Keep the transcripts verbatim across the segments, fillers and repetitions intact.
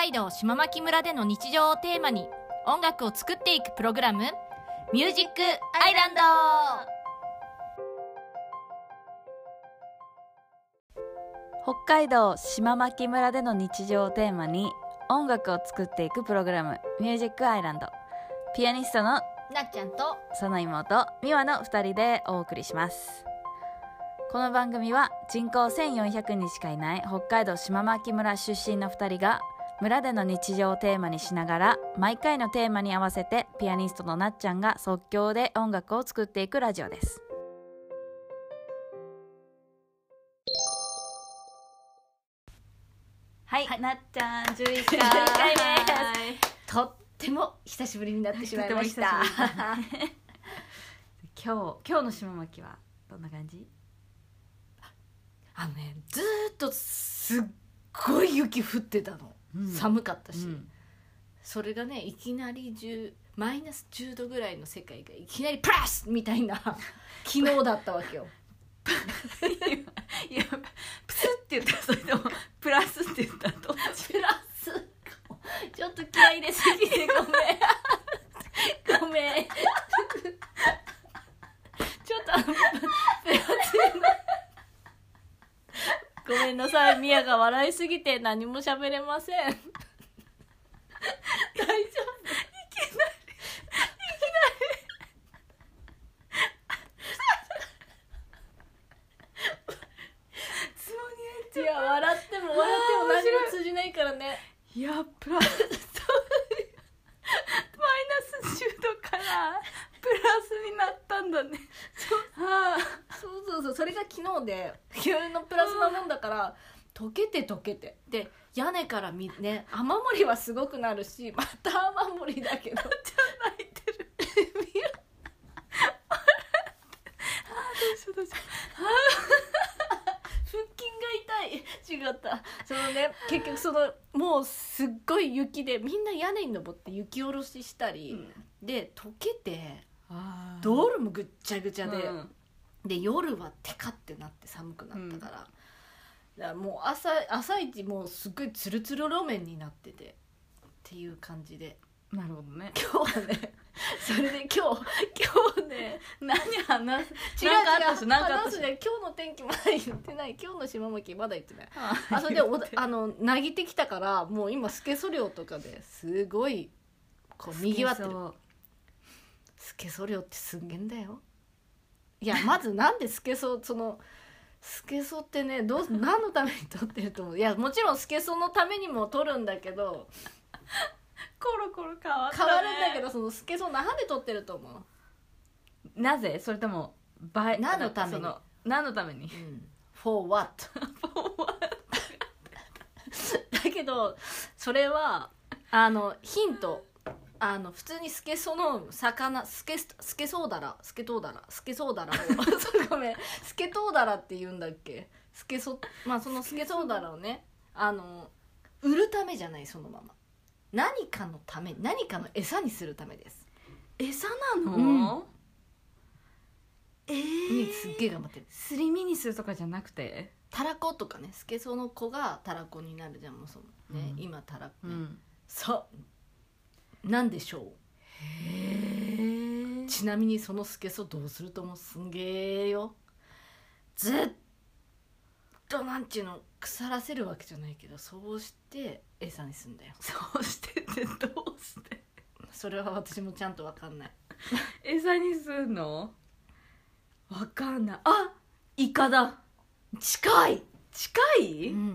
海道島牧村での日常をテーマに音楽を作っていくプログラム、ミュージックアイランド。 北海道島牧村での日常をテーマに音楽を作っていくプログラム、ミュージックアイランド。ピアニストのなっちゃんとその妹美和のふたりでお送りします。この番組は人口せんよんひゃくにんしかいない北海道島牧村出身のふたりが村での日常をテーマにしながら、毎回のテーマに合わせてピアニストのなっちゃんが即興で音楽を作っていくラジオです。はい、はい、なっちゃんじゅういっかいめとっても久しぶりになってしまいました今日今日の島牧はどんな感じ？ あのね、ずーっとすっごい雪降ってたの、うん、寒かったし、うん、それがねいきなりじゅうマイナスじゅうどぐらいの世界がいきなりプラスみたいな昨日だったわけよいやプスって言ったら、それでもプラスって言ったらどっち？ プラスちょっと気合い入れすぎてごめんごめんちょっとあのプラスごめんなさい、ミヤが笑いすぎて何も喋れません大丈夫？いきなりいきなりいや笑っても笑っても何も通じないからね。 いやプラスマイナスじゅうどからプラスになったんだね。 そう、はあ、そうそうそう、それが昨日で急のプラスなもんだから溶けて溶けてで屋根からみね雨漏りはすごくなるし、また雨漏りだけどじゃあ泣いてる見るあどうしようどうしよう腹筋が痛い。違った。そのね結局そのもうすっごい雪でみんな屋根に登って雪下ろししたり、うん、で溶けて道路もぐっちゃぐちゃで、うん、で夜はテカってなって寒くなったから、うん、だからもう 朝, 朝一もうすっごいツルツル路面になっててっていう感じで。 なるほどね。 今日はねそれで今日今日ね何話す違う違う話すね。今日の天気まだ言ってない。今日の島牧まだ言ってない。ああそれでおあのなぎってきたからもう今スケソ漁とかですごいこうにぎわってる。スケソ漁ってすんげんだよ。いやまずなんでスケソそのスケソってねどう何のために取ってると思う？いやもちろんスケソのためにも取るんだけどコロコロ変わったね。 変わるんだけどそのスケソ何で取ってると思う？ なぜ？それとも何のために？ 何のために、うん、 For what? For what? だけどそれはあのヒント、あの普通にスケソの魚スケスケソウダラスケトウダラスケソウダラをごめんスケトウダラって言うんだっけ？スケソまあそのスケソウダラをねあの売るためじゃない、そのまま何かのため何かの餌にするためです。 餌なの？うん、えー、 すっげえ頑張ってる。 すり身にするとかじゃなくてたらことかね、スケソの子がたらこになるじゃん。もうそのね、うん、今たらこね、うん、そうなんでしょう。へえ。ちなみにそのスケソどうするともすんげえよ。ずっとなんちゅうの腐らせるわけじゃないけどそうして餌にすんだよ。 そうしてってどうしてそれは私もちゃんと分かんない餌にすんの？分かんない。あ、イカだ。 近い近い、うん、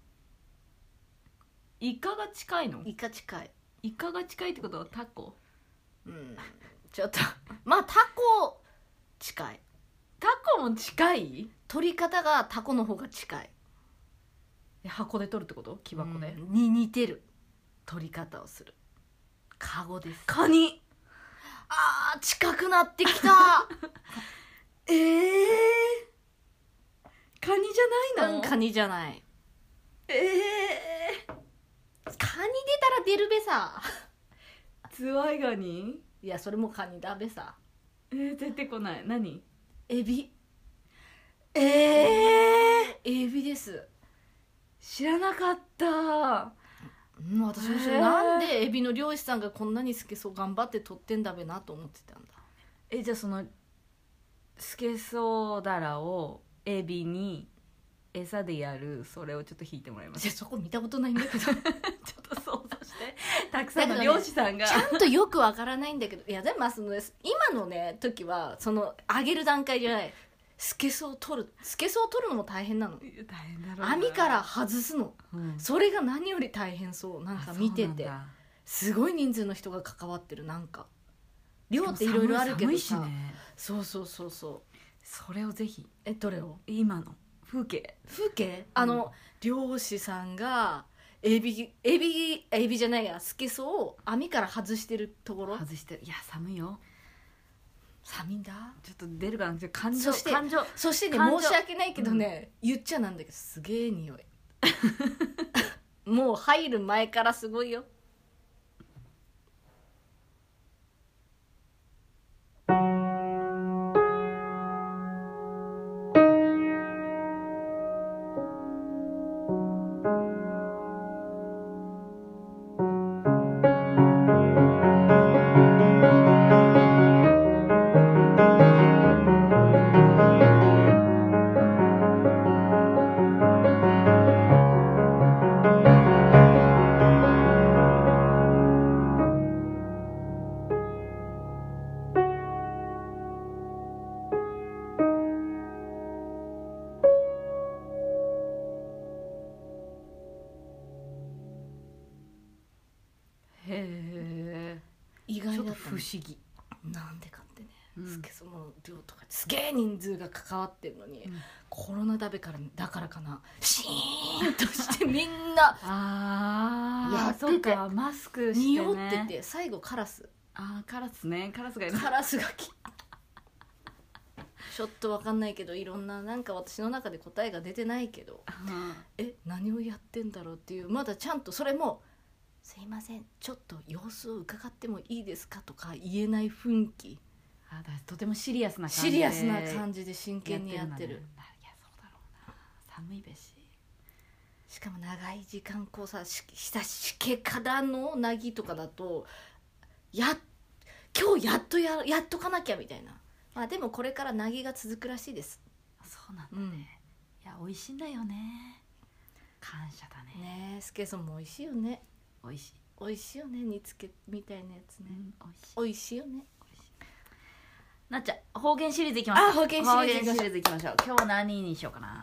イカが近いの？ イカ近い。 イカが近いってことはタコ？ うんちょっとまあタコ近い。 タコも近い？ 取り方がタコの方が近い。 箱で取るってこと？木箱で、 うん、に似てる取り方をする。カゴです。 カニ。 あー近くなってきたえーカニじゃないの？ うん、カニじゃない。 えーカニ出たら出るべさズワイガニ？ いやそれもカニだべさ。 えー、出てこない。何？ エビ。 えー、 エビです。 知らなかった。 うん、私もそれなんでエビの漁師さんがこんなにスケソウ頑張って取ってんだべなと思ってたんだ。 えじゃあそのスケソウダラをエビに餌でやるそれをちょっと引いてもらいます。 そこ見たことないんだけどちょっと想像してたくさんの漁師さんが、 ね、ちゃんとよくわからないんだけどいやでもその今のね時はその揚げる段階じゃない、スケソウを取るスケソウを取るのも大変なの。 大変だろうな。 網から外すの、うん、それが何より大変そう。なんか見ててすごい人数の人が関わってる。なんか量っていろいろあるけどさ、ね、そうそうそうそう。 それをぜひ。 えどれを？ 今の風景風景、あの、うん、漁師さんがエビエビエビじゃないやスケソウを網から外してるところ。 外してる。いや寒いよ。 寒いんだ。 ちょっと出るかな。感情そして感情そしてね申し訳ないけどね、うん、言っちゃなんだけどすげえ匂いもう入る前からすごいよ。意外だった、ね、 不思議なんでかってね、うん、スケソウの量とかすげえ人数が関わってるのに、うん、コロナだべからだからかなシーンとしてみんなあやっててマスクして、ね、 匂ってて最後カラスあカラスねカラスがいるカラスがきちょっと分かんないけどいろんななんか私の中で答えが出てないけど、うん、え何をやってんだろうっていうまだちゃんとそれもすいませんちょっと様子を伺ってもいいですかとか言えない雰囲気。 あだとてもシリアスな感じでシリアスな感じで真剣にやってる。いやそうだろうな寒いべししかも長い時間こうさししたしけからのなぎとかだとや今日やっと や, やっとかなきゃみたいな。まあでもこれからなぎが続くらしいです。 そうなんだね、うん、いや美味しいんだよね。感謝だね。 ねえスケソウも美味しいよね。 美味しい美味しいよね煮つけみたいなやつね、うん、美味しいよね。 なっちゃん方言シリーズいきます。 あ方言シリーズいきましょう。今日何にしようかな。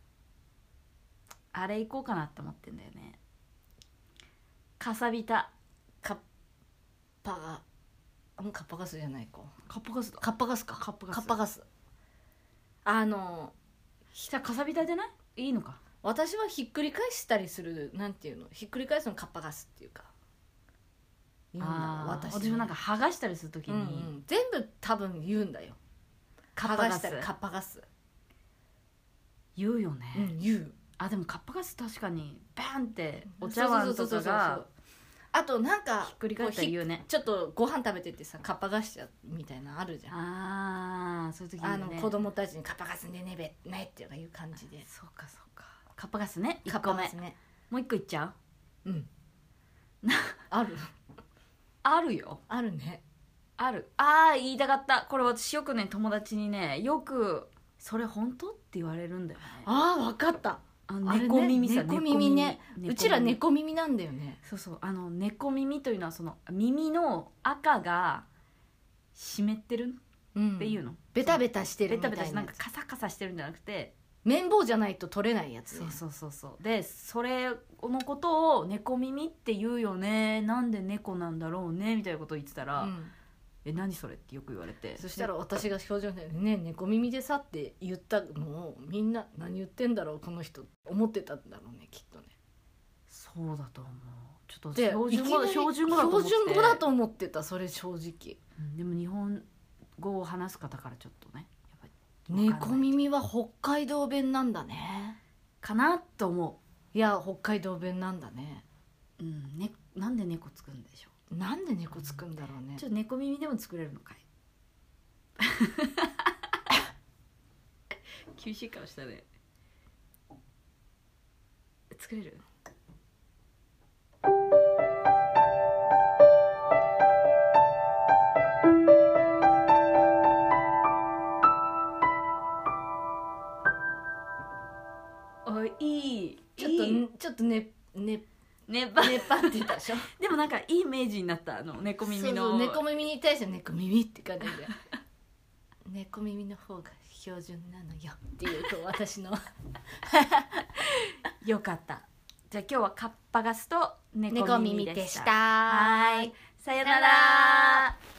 あれいこうかなって思ってんだよね。かさびたカッパがうんカッパガスじゃないかカッパガスだカッパガスかカッパガスカッパガスあのじゃあかさびたじゃないいいのか。 私はひっくり返したりするなんていうのひっくり返すのカッパガスっていうか言うんだ私, 私もなんか剥がしたりするときに、うんうん、 全部多分言うんだよ。 カッパガスカッパガス言うよね、 うん、言う。 あでもカッパガス確かにバンってお茶碗とかがあとなんかひっくり返ったら言うね。 ちょっとご飯食べててさカッパガスちゃうみたいなあるじゃん。 ああそういう時に、ね、 あの子供たちにカッパガスねねべねっていう感じで。 そうかそうかカッパガスねいっこめ、ね、もういっこいっちゃう。うんあるあるよあるねある。ああ言いたかった。これ私よくね友達にねよくそれ本当って言われるんだよね。 ああ分かった。 あの猫耳さ、 ね、猫耳ねうちら猫耳なんだよね。 そうそうあの猫耳というのはその耳の赤が湿ってるっていうの、うん、 ベタベタしてるみたいなベタベタしてなんかカサカサしてるんじゃなくて綿棒じゃないと取れないやつ、 ね、そうそうそうそうでそれのことを猫耳って言うよねなんで猫なんだろうねみたいなことを言ってたら、うん、え何それってよく言われてそしたら私が表情でね猫耳でさって言ったのをみんな何言ってんだろうこの人思ってたんだろうねきっとね。 そうだと思う。ちょっと標準語だ標準語だと思って標準語だと思ってたそれ正直、 うん、でも日本語を話す方からちょっとねやっぱり猫耳は北海道弁なんだねかなと思う。いや北海道弁なんだね。 うん、ねなんで猫つくんでしょう。 なんで猫つくんだろうね。 ちょっと猫耳でも作れるのかい厳しい顔したね。作れるねねばねばってたでしょでもなんかいいイメージになった、あの猫耳の。 そうそう、猫耳に対して猫耳って感じで猫耳の方が標準なのよっていうと私のよかった。じゃあ今日はカッパガスと猫猫耳でした。 耳でした。 はい、さよなら。